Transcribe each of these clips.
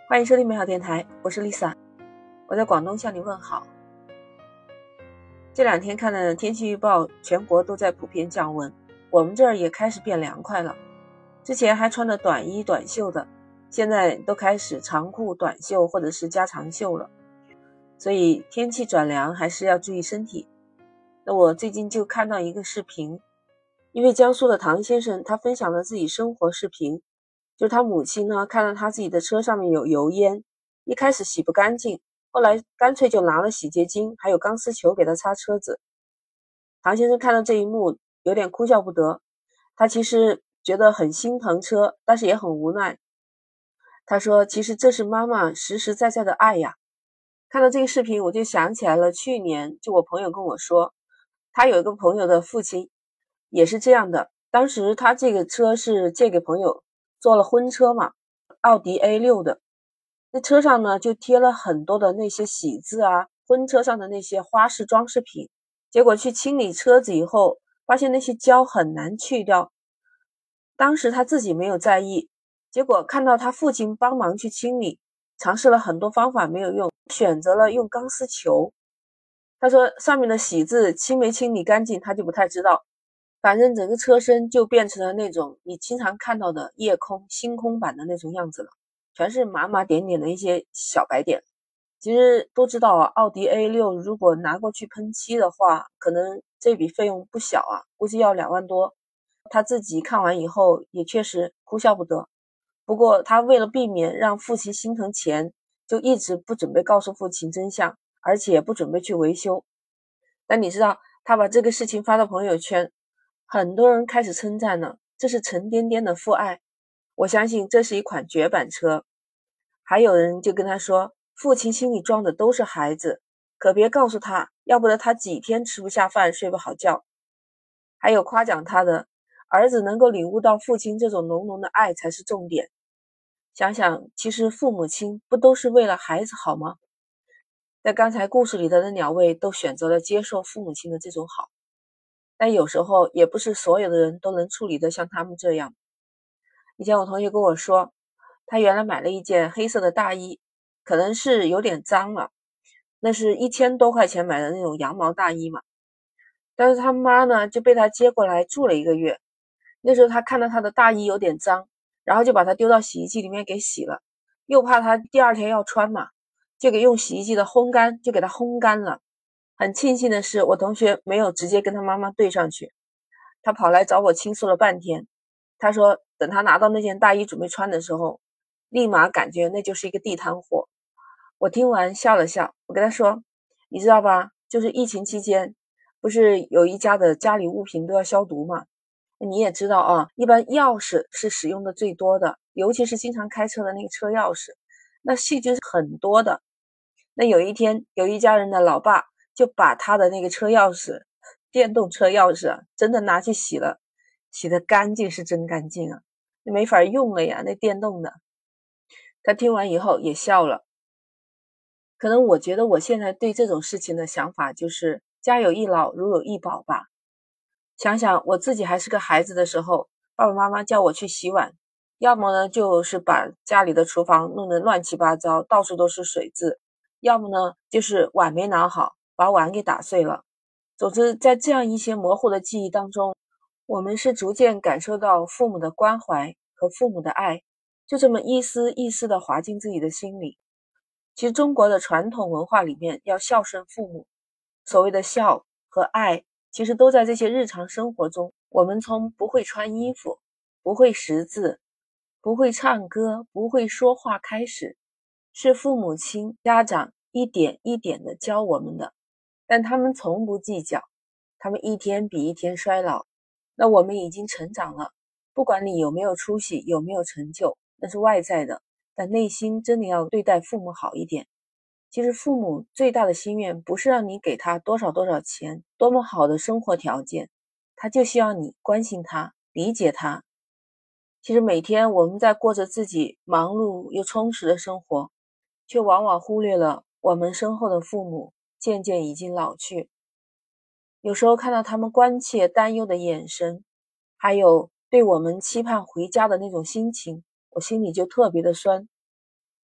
欢迎收听美好电台，我是 Lisa， 我在广东向你问好。这两天看了天气预报，全国都在普遍降温，我们这儿也开始变凉快了。之前还穿着短衣短袖的，现在都开始长裤短袖或者是加长袖了。所以天气转凉还是要注意身体。那我最近就看到一个视频，一位江苏的唐先生，他分享了自己生活视频，就是他母亲呢看到他自己的车上面有油烟，一开始洗不干净，后来干脆就拿了洗洁精还有钢丝球给他擦车子。唐先生看到这一幕有点哭笑不得，他其实觉得很心疼车，但是也很无奈。他说其实这是妈妈实实在在的爱呀。看到这个视频我就想起来了，去年就我朋友跟我说，他有一个朋友的父亲也是这样的，当时他这个车是借给朋友做了婚车嘛，奥迪 A6 的，那车上呢就贴了很多的那些喜字啊，婚车上的那些花式装饰品，结果去清理车子以后，发现那些胶很难去掉，当时他自己没有在意，结果看到他父亲帮忙去清理，尝试了很多方法没有用，选择了用钢丝球。他说上面的喜字清没清理干净他就不太知道，反正整个车身就变成了那种你经常看到的夜空星空版的那种样子了，全是麻麻点点的一些小白点。其实都知道啊，奥迪 A6 如果拿过去喷漆的话，可能这笔费用不小啊，估计要2万多。他自己看完以后也确实哭笑不得，不过他为了避免让父亲心疼钱，就一直不准备告诉父亲真相，而且不准备去维修。但你知道他把这个事情发到朋友圈，很多人开始称赞了，这是沉甸甸的父爱，我相信这是一款绝版车。还有人就跟他说，父亲心里装的都是孩子，可别告诉他，要不得他几天吃不下饭睡不好觉。还有夸奖他的儿子能够领悟到父亲这种浓浓的爱才是重点。想想其实父母亲不都是为了孩子好吗？在刚才故事里的那2位都选择了接受父母亲的这种好，但有时候也不是所有的人都能处理得像他们这样。以前我同学跟我说，他原来买了一件黑色的大衣，可能是有点脏了，那是1000多块钱买的那种羊毛大衣嘛。但是他妈呢就被他接过来住了1个月，那时候他看到他的大衣有点脏，然后就把它丢到洗衣机里面给洗了，又怕他第2天要穿嘛，就给用洗衣机的烘干就给他烘干了。很庆幸的是，我同学没有直接跟他妈妈对上去，他跑来找我倾诉了半天。他说等他拿到那件大衣准备穿的时候，立马感觉那就是一个地摊货。我听完笑了笑，我跟他说，你知道吧，就是疫情期间不是有一家的家里物品都要消毒嘛，你也知道啊，一般钥匙是使用的最多的，尤其是经常开车的那个车钥匙，那细菌是很多的。那有一天有一家人的老爸就把他的那个车钥匙，电动车钥匙啊，真的拿去洗了，洗得干净是真干净啊，没法用了呀，那电动的。他听完以后也笑了。可能我觉得我现在对这种事情的想法就是家有一老如有一宝吧。想想我自己还是个孩子的时候，爸爸妈妈叫我去洗碗，要么呢就是把家里的厨房弄得乱七八糟，到处都是水渍，要么呢就是碗没拿好，把碗给打碎了。总之在这样一些模糊的记忆当中，我们是逐渐感受到父母的关怀和父母的爱，就这么一丝一丝地滑进自己的心里。其实中国的传统文化里面要孝顺父母，所谓的孝和爱其实都在这些日常生活中。我们从不会穿衣服，不会识字，不会唱歌，不会说话开始，是父母亲家长一点一点的教我们的，但他们从不计较，他们一天比一天衰老。那我们已经成长了，不管你有没有出息，有没有成就，那是外在的，但内心真的要对待父母好一点。其实父母最大的心愿不是让你给他多少多少钱，多么好的生活条件，他就希望你关心他，理解他。其实每天我们在过着自己忙碌又充实的生活，却往往忽略了我们身后的父母渐渐已经老去。有时候看到他们关切担忧的眼神，还有对我们期盼回家的那种心情，我心里就特别的酸。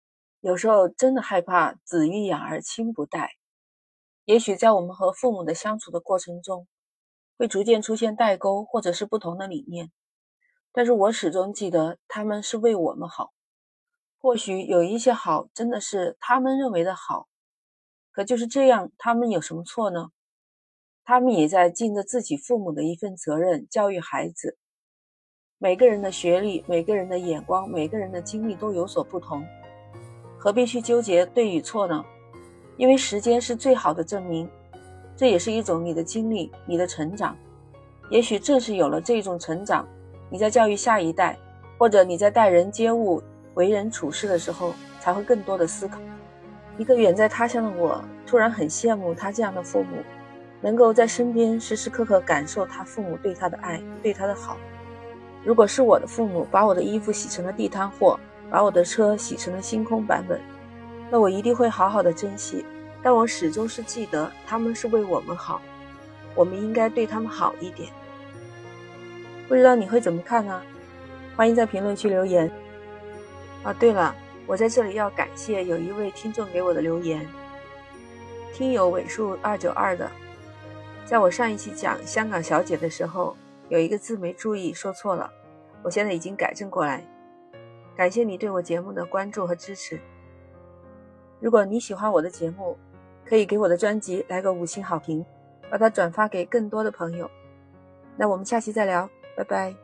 有时候真的害怕子欲养而亲不待。也许在我们和父母的相处的过程中，会逐渐出现代沟或者是不同的理念，但是我始终记得他们是为我们好。或许有一些好真的是他们认为的好，可就是这样，他们有什么错呢？他们也在尽着自己父母的一份责任，教育孩子。每个人的学历，每个人的眼光，每个人的经历都有所不同，何必去纠结对与错呢？因为时间是最好的证明，这也是一种你的经历，你的成长。也许正是有了这种成长，你在教育下一代，或者你在待人接物、为人处事的时候，才会更多的思考。一个远在他乡的我，突然很羡慕他这样的父母，能够在身边时时刻刻感受他父母对他的爱，对他的好。如果是我的父母把我的衣服洗成了地摊货，把我的车洗成了星空版本，那我一定会好好的珍惜。但我始终是记得他们是为我们好，我们应该对他们好一点。不知道你会怎么看呢？欢迎在评论区留言。对了，我在这里要感谢有一位听众给我的留言，听友尾数292的，在我上一期讲香港小姐的时候，有一个字没注意说错了，我现在已经改正过来。感谢你对我节目的关注和支持。如果你喜欢我的节目，可以给我的专辑来个5星好评，把它转发给更多的朋友。那我们下期再聊，拜拜。